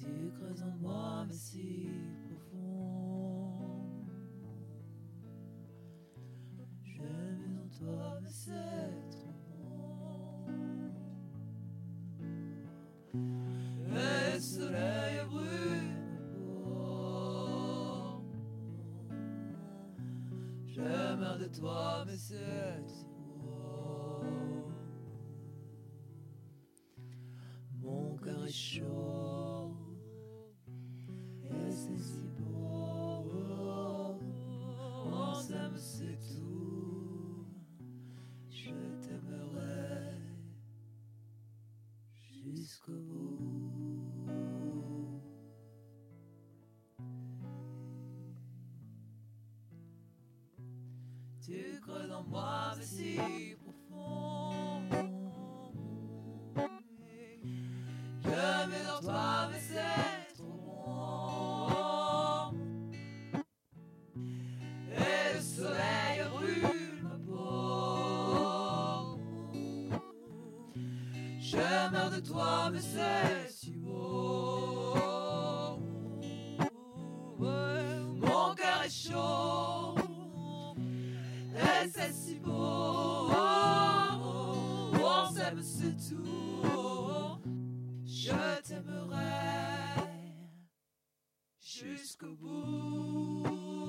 Tu creuses en moi mais si profond. Je mets en toi mais c'est trop bon. Et le soleil brûle ma peau. Je meurs de toi mais c'est trop beau. Mon cœur est chaud et c'est si beau. On s'aime c'est tout. Je t'aimerai jusqu'au bout. Tu creuses en moi mais si profond. Je mets dans toi mais c'est trop bon. Et le soleil brûle ma peau. Je meurs de toi mais c'est si beau. Mon cœur est chaud et c'est si beau. On s'aime c'est tout. Je t'aimerai jusqu'au bout.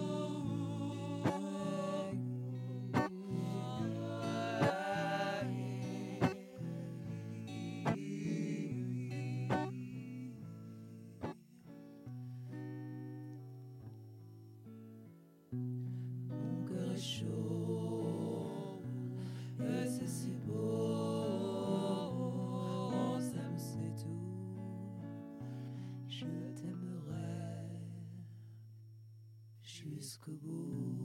Mon cœur est chaud et c'est si beau. On s'aime c'est tout. Je t'aimerai jusqu'au bout.